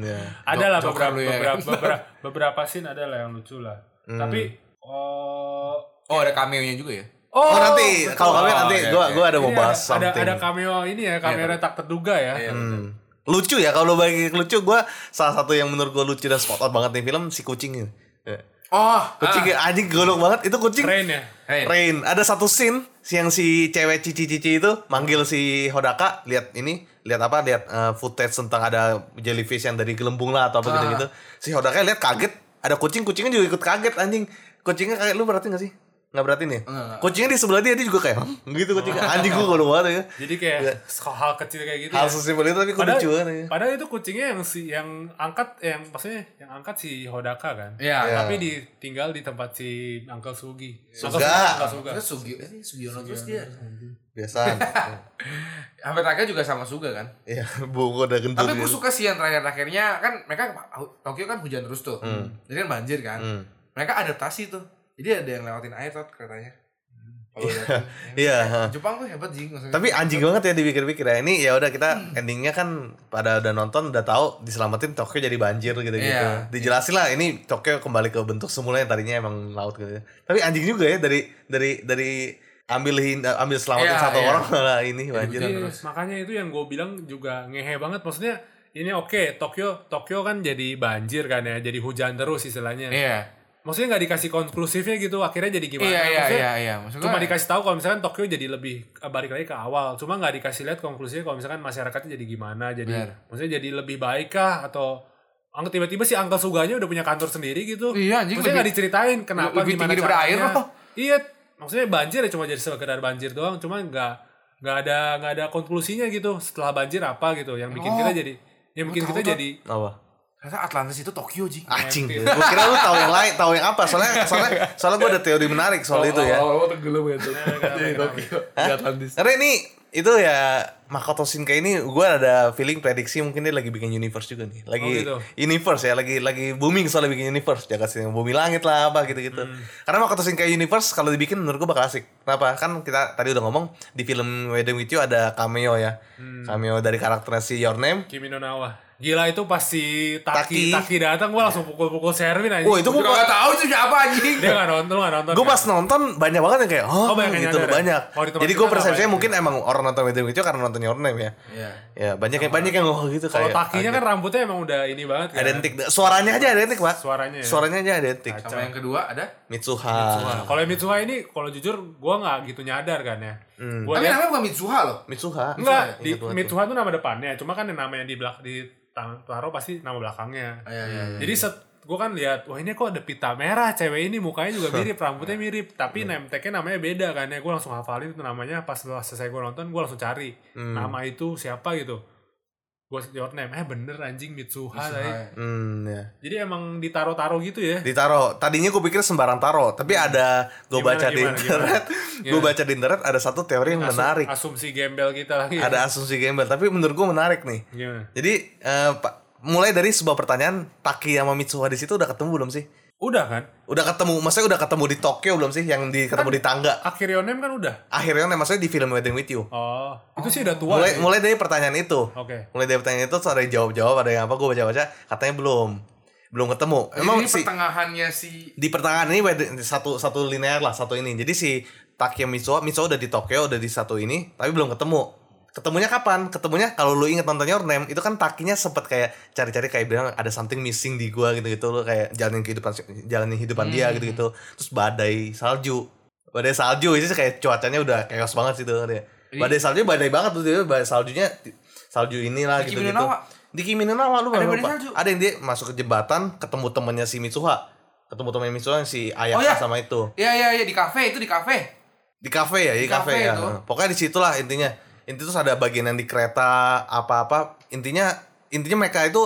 beberapa scene adalah yang lucu lah. Tapi ada cameo-nya juga ya. Nanti kalau cameo nanti gua ada mau bahas something. Ada cameo ini ya, kamera tak terduga ya. Lucu ya kalau bagi lucu, gua salah satu yang menurut gua lucu dan spot on banget nih film si kucing ini. Kucing anjing golok banget itu kucing. Rain ya. Rain. Ada satu scene yang si cewek cici-cici itu manggil si Hodaka, lihat footage tentang ada jellyfish yang dari gelembung lah atau apa gitu-gitu. Si Hodaka lihat kaget, ada kucingnya juga ikut kaget anjing. Kucingnya kaget, lu berarti enggak sih? Enggak berarti nih. Kucingnya di sebelah dia juga kayak gitu kucingnya. Anjing gua golok banget ya. Jadi kayak hal kecil kayak gitu. Hal sesimpel itu tapi lucu banget. Padahal itu kucingnya yang angkat yang angkat si Hodaka kan. Tapi ditinggal di tempat si Uncle Sugi. Suga. Sugiono terus dia. Biasa. Sampai terakhir juga sama Suga kan. Iya, gua udah gendut. Tapi gua suka sih yang terakhir-terakhirnya kan mereka Tokyo kan hujan terus tuh. Jadi kan banjir kan. Mereka adaptasi tuh. Jadi ada yang lewatin air tuh keretanya. Iya. Jepang tuh hebat sih. Tapi anjing banget ya dipikir-pikir ya. Ini ya udah kita endingnya kan pada udah nonton udah tahu diselamatin Tokyo jadi banjir gitu-gitu. Dijelasin lah ini Tokyo kembali ke bentuk semula yang tadinya emang laut gitu. Tapi anjing juga ya dari ambil selamatin satu orang lah ini banjir. Makanya itu yang gue bilang juga ngehe banget. Maksudnya ini oke, Tokyo kan jadi banjir kan ya, jadi hujan terus istilahnya. Maksudnya nggak dikasih konklusifnya gitu, akhirnya jadi gimana? Iya. Cuma dikasih tahu kalau misalkan Tokyo jadi lebih balik lagi ke awal. Cuma nggak dikasih lihat konklusinya kalau misalkan masyarakatnya jadi gimana. Jadi maksudnya jadi lebih baik kah atau tiba-tiba si Uncle Suganya udah punya kantor sendiri gitu. Iya, anjing. Maksudnya nggak diceritain kenapa lebih gimana tinggi daripada air loh. Iya, maksudnya banjir ya cuma jadi sekedar banjir doang. Cuma nggak ada konklusinya gitu. Setelah banjir apa gitu yang bikin kita jadi jadi apa? Ternyata Atlantis itu Tokyo jing. Anjing. Gue kira lu tahu yang lain, tahu yang apa? Soalnya gue ada teori menarik soal itu ya. Tenggelam gitu. Tokyo. Atlantis. Karena ini itu ya Makoto Shinkai ini gue ada feeling prediksi mungkin dia lagi bikin universe juga nih. Universe ya, lagi booming soalnya bikin universe. Jagat sih bumi langit lah apa gitu-gitu. Karena Makoto Shinkai universe kalau dibikin menurut gue bakal asik. Kenapa? Kan kita tadi udah ngomong di film Wedding with You ada cameo ya. Cameo dari karakternya si Your Name, Kimi no Na wa. Gila itu pas si Taki datang gue langsung pukul Sherwin aja. Itu gue gak tahu itu siapa anjing. Dia gak nonton. Gue pas nonton banyak banget yang kayak gitu banyak. Jadi gue persepsinya mungkin emang orang nonton Wedding with You karena nonton Your Name ya. Ya banyak yang gitu kayak. Kalau Takinya kan rambutnya emang udah ini banget kan. Identik. Suaranya aja identik, Pak. Suaranya aja identik. Sama yang kedua ada Mitsuha. Kalau Mitsuha ini kalau jujur gue gak gitu nyadar kan ya. Tapi namanya bukan Mitsuha loh. Enggak, Mitsuha itu nama depannya. Cuma kan namanya di belakang taruh pasti nama belakangnya. Jadi gue kan lihat, wah ini kok ada pita merah, cewek ini mukanya juga mirip, rambutnya mirip, tapi name tag-nya namanya beda kan ya. Gue langsung hafalin itu namanya. Pas selesai gue nonton, gue langsung cari nama itu siapa gitu. Gue Your Name, bener anjing Mitsuha. Ya. Jadi emang ditaruh-taruh gitu ya. Ditaruh. Tadinya gue pikir sembarang taruh, tapi ada gue baca di internet. Gue baca di internet ada satu teori yang menarik. Asumsi gembel kita lagi. Ada asumsi gembel, tapi menurut gue menarik nih. Gimana? Jadi mulai dari sebuah pertanyaan, Taki sama Mitsuha di situ udah ketemu belum sih? Udah kan? Udah ketemu, maksudnya udah ketemu di Tokyo belum sih? Yang ketemu di tangga. Akhir Your Name kan udah. Akhir Your Name maksudnya di film Wedding with You. Itu sih udah tua. Mulai dari pertanyaan itu. Mulai dari pertanyaan itu ada yang jawab-jawab, ada yang apa, gue baca-baca, katanya belum ketemu. Emang ini pertengahannya di pertengahan ini satu linear lah, satu ini. Jadi si Taki Mitsuha udah di Tokyo, udah di satu ini, tapi belum ketemu. Ketemunya kapan? Ketemunya kalau lu inget nonton Your Name, itu kan Takinya sempet kayak cari-cari kayak bilang ada something missing di gua gitu-gitu, lu kayak jalanin kehidupan dia gitu-gitu. Terus badai salju itu sih kayak cuacanya udah chaos banget sih tuh dia. Badai banget tuh dia, salju inilah gitu-gitu. Di Kimi no Na wa lu baru lupa. Ada yang dia masuk ke jembatan, ketemu temannya si Mitsuha. Ketemu temannya Mitsuha yang si Ayaka sama itu. Iya di kafe. Di kafe ya. Pokoknya di situlah intinya. Intinya terus ada bagian yang di kereta apa-apa. Intinya intinya mereka itu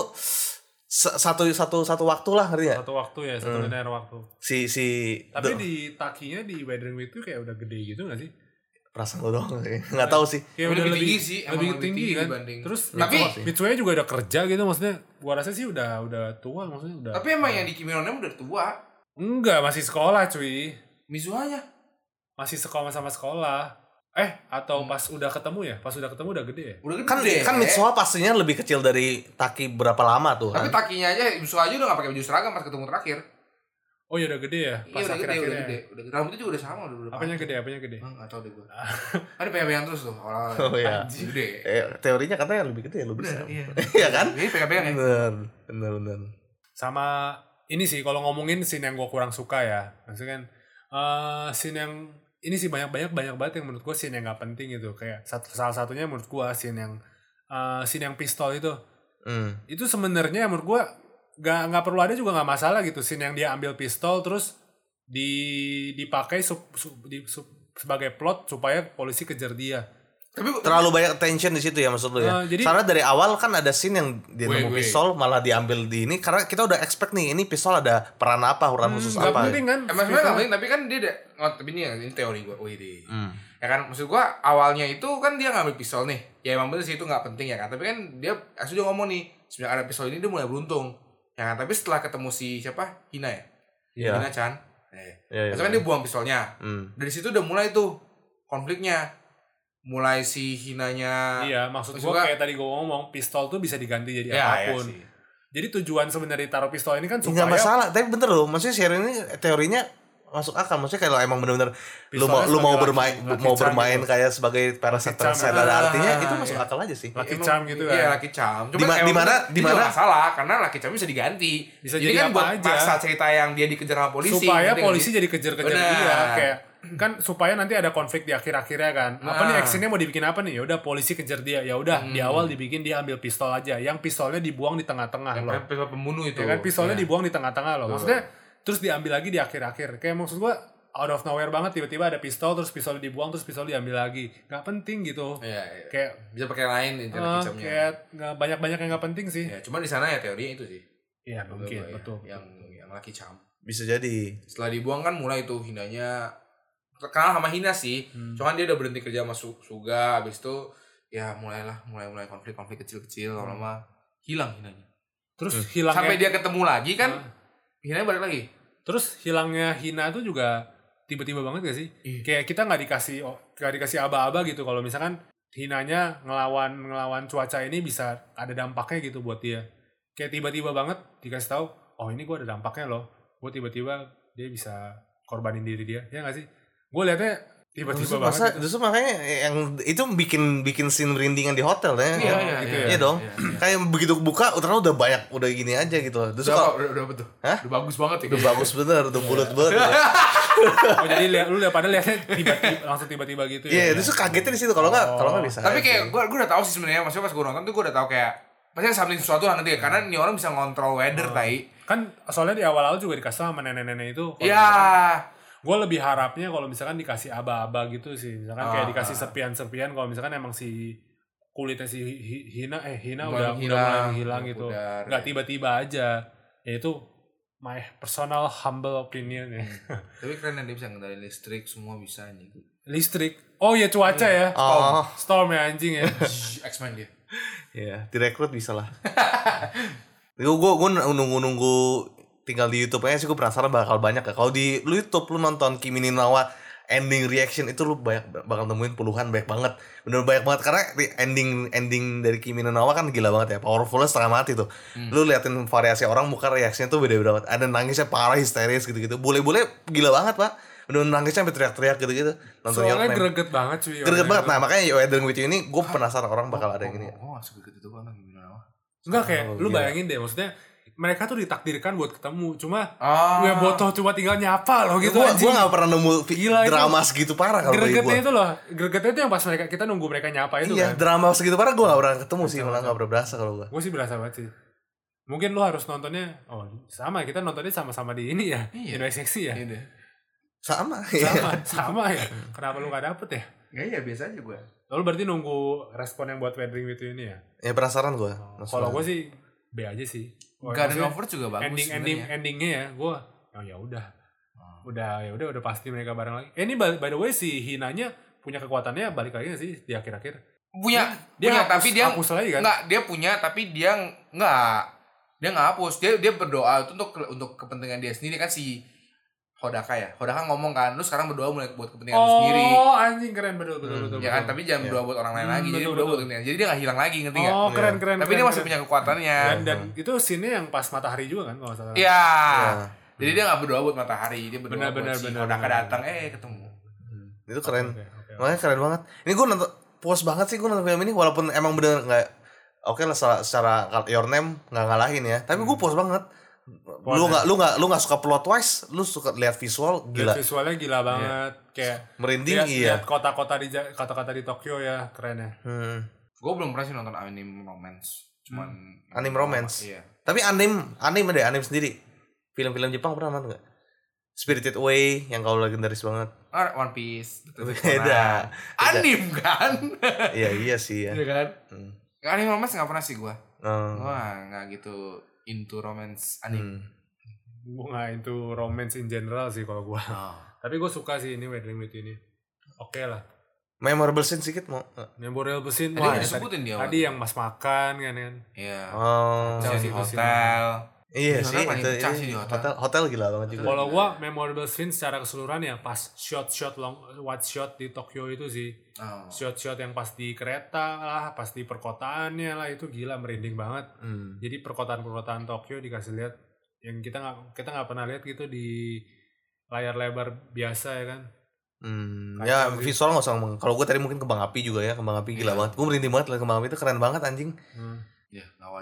satu waktu lah, ngerti gak? Satu waktu ya, satu linear waktu. Tapi di Takinya di Weathering with You kayak udah gede gitu gak sih? Perasaan lo doang sih. Nggak tahu sih. Kayak udah lebih tinggi sih, lebih tinggi kan. Dibanding. Terus tapi Mitsuya juga udah kerja gitu, maksudnya gua rasa sih udah tua, maksudnya udah. Tapi emang yang di Kimi no Na udah tua. Enggak, masih sekolah cuy. Mitsuya masih sama sekolah. Atau pas udah ketemu ya? Pas udah ketemu udah gede ya? Udah gede. Kan Mitsuha pastinya lebih kecil dari Taki berapa lama tuh. Tapi Takinya aja, Mitsuha aja udah gak pakai baju seragam pas ketemu terakhir. Oh ya udah gede ya? Pas udah gede. Rambutnya juga udah sama udah. Apanya gede? Enggak tahu deh gua. Ada pegang terus tuh awal-awal. Oh iya. Gede. Teorinya katanya lebih gede, lebih besar. Iya. Iya kan? Ini pegang ya. Bener. Sama ini sih kalau ngomongin scene yang gua kurang suka ya. Maksudnya kan scene yang ini sih banyak banget yang menurut gue scene yang nggak penting gitu, kayak salah satunya menurut gue scene yang pistol itu. Itu sebenarnya menurut gue nggak perlu ada juga nggak masalah gitu, scene yang dia ambil pistol terus dipakai sebagai plot supaya polisi kejar dia. Tapi terlalu banyak attention di situ ya maksud lu ya. Karena dari awal kan ada scene yang dia nemu pistol malah diambil di ini, karena kita udah expect nih ini pistol ada peran apa, khusus apa. Gak penting kan? Emang sebenarnya gak penting, tapi kan dia tapi ini teori gue. Ya kan maksud gue awalnya itu kan dia ngambil pistol nih. Ya emang bener sih itu gak penting ya kan. Tapi kan dia juga ngomong nih, sebenarnya ada pistol ini dia mulai beruntung. Ya kan, tapi setelah ketemu si siapa? Hina ya? Iya. Hina Chan. Maksudnya kan dia buang pistolnya. Dari situ udah mulai tuh konfliknya. Mulai si Hinanya. Iya, maksud gue kayak tadi gue ngomong, pistol tuh bisa diganti jadi apapun. Iya. Jadi tujuan sebenarnya taruh pistol ini kan supaya nggak masalah, tapi bener loh, maksudnya share ini teorinya masuk akal. Maksudnya kalau emang bener-bener lu mau bermain gitu. Kayak sebagai parasite ada artinya itu masuk akal aja sih. Lucky charm gitu kan. Iya, lucky charm. Di mana masalah karena lucky charm bisa diganti. Bisa jadi kan buat paksa cerita yang dia dikejar sama polisi. Supaya polisi jadi kejar-kejar dia kayak kan supaya nanti ada konflik di akhir-akhirnya kan. Apa nih actionnya mau dibikin apa nih? Ya udah polisi kejar dia. Ya udah di awal dibikin dia ambil pistol aja. Yang pistolnya dibuang di tengah-tengah loh. Pistol pembunuh itu. Ya kan pistolnya dibuang di tengah-tengah loh. Maksudnya terus diambil lagi di akhir-akhir. Kayak maksud gua out of nowhere banget tiba-tiba ada pistol terus pistolnya dibuang terus pistol diambil lagi. Gak penting gitu. Iya. Kayak bisa pakai lain intinya. Kayak banyak-banyak yang gak penting sih. Ya, cuma di sana ya teorinya itu sih. Iya, mungkin betul. Yang lucky charm. Bisa jadi. Setelah dibuang kan mulai tuh Hinanya kenal sama Hina sih. Cuman dia udah berhenti kerja sama Suga, habis itu ya mulai konflik kecil-kecil, lama-lama hilang Hinanya. Terus hilangnya sampai dia ketemu lagi kan, Hinanya balik lagi. Terus hilangnya Hina tuh juga tiba-tiba banget gak sih? Kayak kita nggak dikasih aba-aba gitu kalau misalkan Hinanya ngelawan cuaca ini bisa ada dampaknya gitu buat dia. Kayak tiba-tiba banget dikasih tahu, oh ini gue ada dampaknya loh. Gue tiba-tiba dia bisa korbanin diri dia, ya nggak sih? Gue liatnya tiba-tiba banget. Justru makanya yang itu bikin scene merindingan di hotel ya. Iya dong. Kayak begitu buka ternyata udah gini aja gitu. Terus udah betul. Udah bagus banget ya. Udah bagus bener, udah bulat banget. Oh jadi lu pada lihatnya tiba-tiba gitu ya. Iya, terus kagetnya di situ kalau enggak bisa. Tapi kayak gue udah tahu sih sebenarnya, maksudnya pas gue nonton tuh gue udah tahu kayak pasti something sesuatu nanti karena ini orang bisa ngontrol weather tai. Kan soalnya di awal-awal juga dikasih sama nenek-nenek itu. Iya. Gue lebih harapnya kalau misalkan dikasih aba-aba gitu sih, misalkan kayak dikasih serpian-serpian kalau misalkan emang si kulitnya si Hina udah mulai menghilang gitu, nggak tiba-tiba aja. Ya itu my personal humble opinion ya. Tapi keren dia bisa ngendalin listrik, semua bisa nih. Listrik, oh ya cuaca ya, storm ya anjing ya. X-Men dia. Ya direkrut bisa lah. Gue nunggu tinggal di YouTube aja sih, gue penasaran bakal banyak ya. Kalau di YouTube lu nonton Kimi no Na ending reaction itu lu bakal nemuin puluhan, banyak banget. Bener banyak banget karena ending dari Kimi no Na kan gila banget ya. Powerfulnya setengah mati tuh. Lu liatin variasi orang muka reaksinya tuh beda-beda banget. Ada nangisnya parah, histeris gitu-gitu. Bule-bule gila banget, Pak. Udah nangisnya sampai teriak-teriak gitu-gitu. Soalnya greget banget cuy. Greget banget. Nah, makanya Weathering with You ini gue penasaran orang bakal ada yang gini. Oh, sebegitu itu kan Kimi no Na. Enggak kayak lu bayangin deh, maksudnya mereka tuh ditakdirkan buat ketemu, cuma gue botoh cuma tinggal nyapa loh gitu. Gue gak pernah nemu drama segitu parah kalau gregetnya itu loh, gregetnya itu yang pas kita nunggu mereka nyapa itu kan. Iya, drama segitu parah gue gak pernah ketemu sih, malah gak pernah berasa kalau gue. Gue sih berasa banget sih. Mungkin lu harus nontonnya, sama kita nontonnya sama-sama di ini ya, Indonesia ya. Sama ya. Kenapa lu gak dapet ya? Nggak, ya biasa aja gue. Lalu berarti nunggu respon yang buat Wedding With You ini ya? Ya penasaran gue. Kalau gue sih B aja sih. Garden of Words juga bagus. Endingnya ya, gue ya udah pasti mereka bareng lagi. Ini by the way si Hinanya punya kekuatannya balik lagi gak sih di akhir-akhir? Punya, tapi dia hapus lagi kan? Nggak, dia punya tapi dia nggak hapus. Dia berdoa itu untuk kepentingan dia sendiri kan si Hodaka ya. Hodaka ngomong kan, lu sekarang berdoa mulai buat kepentingan lu sendiri. Oh, anjing keren betul. Ya kan, tapi jangan berdoa buat orang lain lagi. Jadi berdoa buat kepentingan. Jadi dia enggak hilang lagi, ngerti enggak? Oh, keren. Tapi dia masih punya kekuatannya. Dan itu scene-nya yang pas matahari juga kan kalau enggak salah. Iya. Jadi dia enggak berdoa buat matahari, dia berdoa buat si Hodaka datang ketemu. Itu keren. Makanya keren banget. Ini gue nonton puas banget sih gue nonton film ini walaupun emang bener enggak oke lah secara Your Name enggak ngalahin ya. Tapi gue puas banget. Lu nggak suka plot twist, lu suka lihat visual gila. Lihat visualnya gila banget, kayak merinding. Lihat kota-kota di Tokyo ya, keren ya. Gue belum pernah sih nonton anime romance, cuman anime romance. Iya. Tapi anime sendiri. Film-film Jepang pernah nonton nggak? Spirited Away yang kalau legendaris banget. One Piece. Beda. Anime kan? Iya sih ya. Iya kan? Anime romance nggak pernah sih gue. Gue nggak gitu into romance anime. Gue gak into romance in general sih kalau gue. Tapi gue suka sih ini Wedding With You ini. Oke lah. Memorable scene sedikit mau. Memorable scene. Tadi disebutin dia. Tadi yang mas makan kan. Iya. Di hotel. Iya sih itu. Hotel gila banget juga. Kalau gue memorable scene secara keseluruhan ya pas shot wide shot di Tokyo itu sih. Shot yang pas di kereta lah, pas di perkotaannya lah, itu gila merinding banget. Jadi perkotaan Tokyo dikasih lihat yang kita nggak pernah lihat gitu di layar lebar biasa ya kan. Ya visual nggak usah ngomong. Kalau gue tadi mungkin Kembang Api juga ya, Kembang Api gila banget. Gue merinding banget lihat Kembang Api itu keren banget anjing. Ya,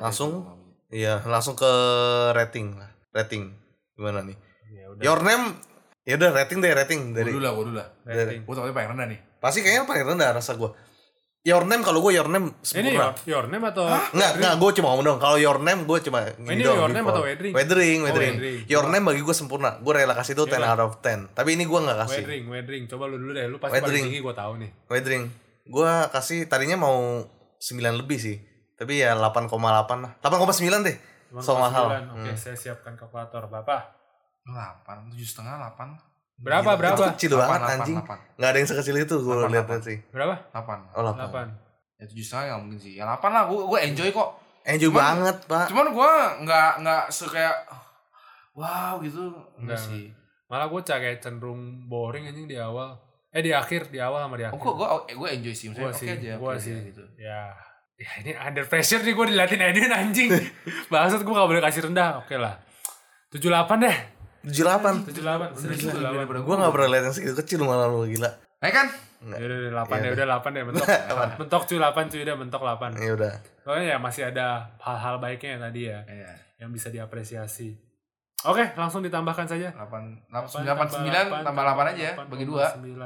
langsung ke rating gimana nih? Your Name ya udah rating dari. Gue dulu lah. Gue tahu paling rendah nih. Pasti kayaknya paling rendah rasa gue. Your Name kalau gue Your Name sempurna. Ini Your Name atau? Enggak, gue cuma ngomong dong. Kalau Your Name gue cuma ini Your Name atau Wedding? Wedding. Your Name bagi gue sempurna. Gue rela kasih itu 10 out of 10. Tapi ini gue enggak kasih. Wedding. Coba lu dulu deh. Lu pasti paling tinggi gue tahu nih. Wedding. Gue kasih tadinya mau 9 lebih sih. Tapi ya 8,8 lah. 8,9 deh. So mahal. Oke, saya siapkan kalkulator. Bapak? 8, 7,5, 8. Berapa? Itu kecil banget anjing. Enggak ada yang sekecil itu gue lihat sih. Berapa? 8. Oh, 8. Ya 7,5 enggak mungkin sih. Ya 8 lah, gue enjoy kok. Enjoy banget, Pak. Cuman gue enggak suka wow gitu. Enggak sih. Malah gue kayak cenderung boring anjing di awal. Di akhir, di awal sama di akhir. Gue enjoy sih, maksudnya oke aja. Gue sih gitu. Ya ini under pressure nih gue dilatih Edwin anjing. Maksud gue gak boleh kasih rendah. Oke lah 78 deh. 78. Gue gak pernah lihat yang segitu kecil malah lu gila. Kan? Udah 8 deh, udah 8 deh mentok. Mentok cuy 8 cuy, udah mentok 8. Ya udah. Soalnya ya masih ada hal-hal baiknya tadi ya. Yang bisa diapresiasi. Oke, langsung ditambahkan saja. 89 tambah 8 aja bagi 2.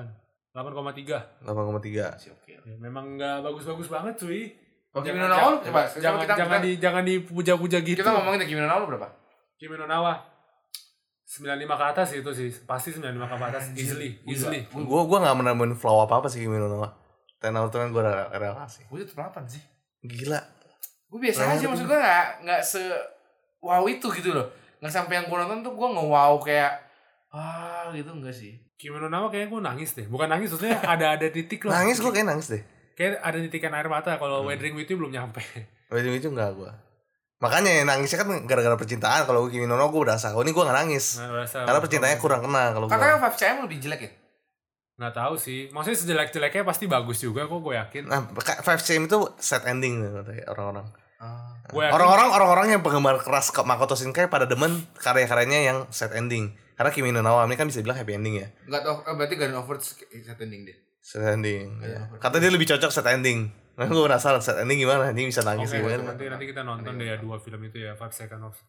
8,3. 8,3. Oke. Ya, memang enggak bagus-bagus banget cuy. Kimi no Na wa coba jangan dipuja-puja gitu. Kita ngomongin Kimi no Na wa berapa? Kimi no Na wa 95 ke atas itu sih. Pasti 95 ke atas easily. Gua enggak menemuin flaw apa sih Kimi no Na wa. 10 out of 10 gua relasi. Gua tetap 8 sih. Gila. Gua biasa aja, maksud gua enggak se wow itu gitu loh. Enggak sampai yang gua nonton tuh gua nge-wow kayak gitu enggak sih. Kimi no Na wa kayaknya gua nangis deh. Bukan nangis, maksudnya ada titik lah. Nangis gua kayak nangis deh. Kayak ada titikan air mata kalau Wedding With You belum nyampe. Wedding With You enggak gua. Makanya nangisnya kan gara-gara percintaan. Kalau Kimi no Na wa gua berasa. Kalau ini gua enggak nangis. Karena percintaannya kurang kena kalau gua. Katanya 5cm lebih jelek ya? Nggak tahu sih. Maksudnya sejelek-jeleknya pasti bagus juga kok, gue yakin. Nah, 5cm itu sad ending orang-orang. Orang-orang yang penggemar keras Makoto Shinkai pada demen karya-karyanya yang sad ending. Karena Kimi no Na wa ini kan bisa bilang happy ending ya. Enggak tahu, berarti Garden of Words sad ending deh. Sad ending. Ya. Kata dia lebih cocok sad ending. Nah, gue penasaran sad ending gimana? Ini bisa nangis gimana? Nanti kita nonton deh ya 2 film itu ya, 5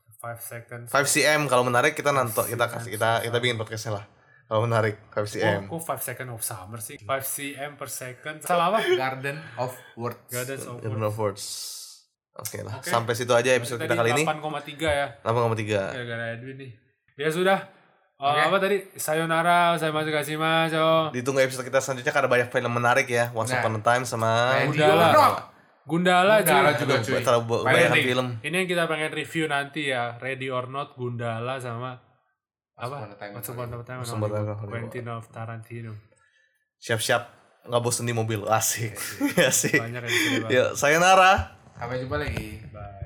5cm kalau menarik kita nonton, kita bikin podcastnya lah. Kalau menarik 5cm. Kok 5 second of summer sih? 5 cm per second. Salah apa? Garden of Words. Garden of Words. Oke lah. Sampai situ aja episode kita kali ini. 8,3 ya. 8,3. Gara-gara Edwin nih. Ya sudah. Apa tadi? Sayonara, Gundala. Ditunggu episode kita selanjutnya karena banyak film menarik ya. Once Upon a Time sama Gundala juga cuy. Banyak film. Ini yang kita pengen review nanti ya. Ready or Not, Gundala sama Once Upon a Time sama Quentin of Tarantino. Siap-siap nggak bosen di mobil. Asik. Asik. Banyak yang bisa dibahas. Yuk, sayonara. Sampai jumpa lagi. Bye.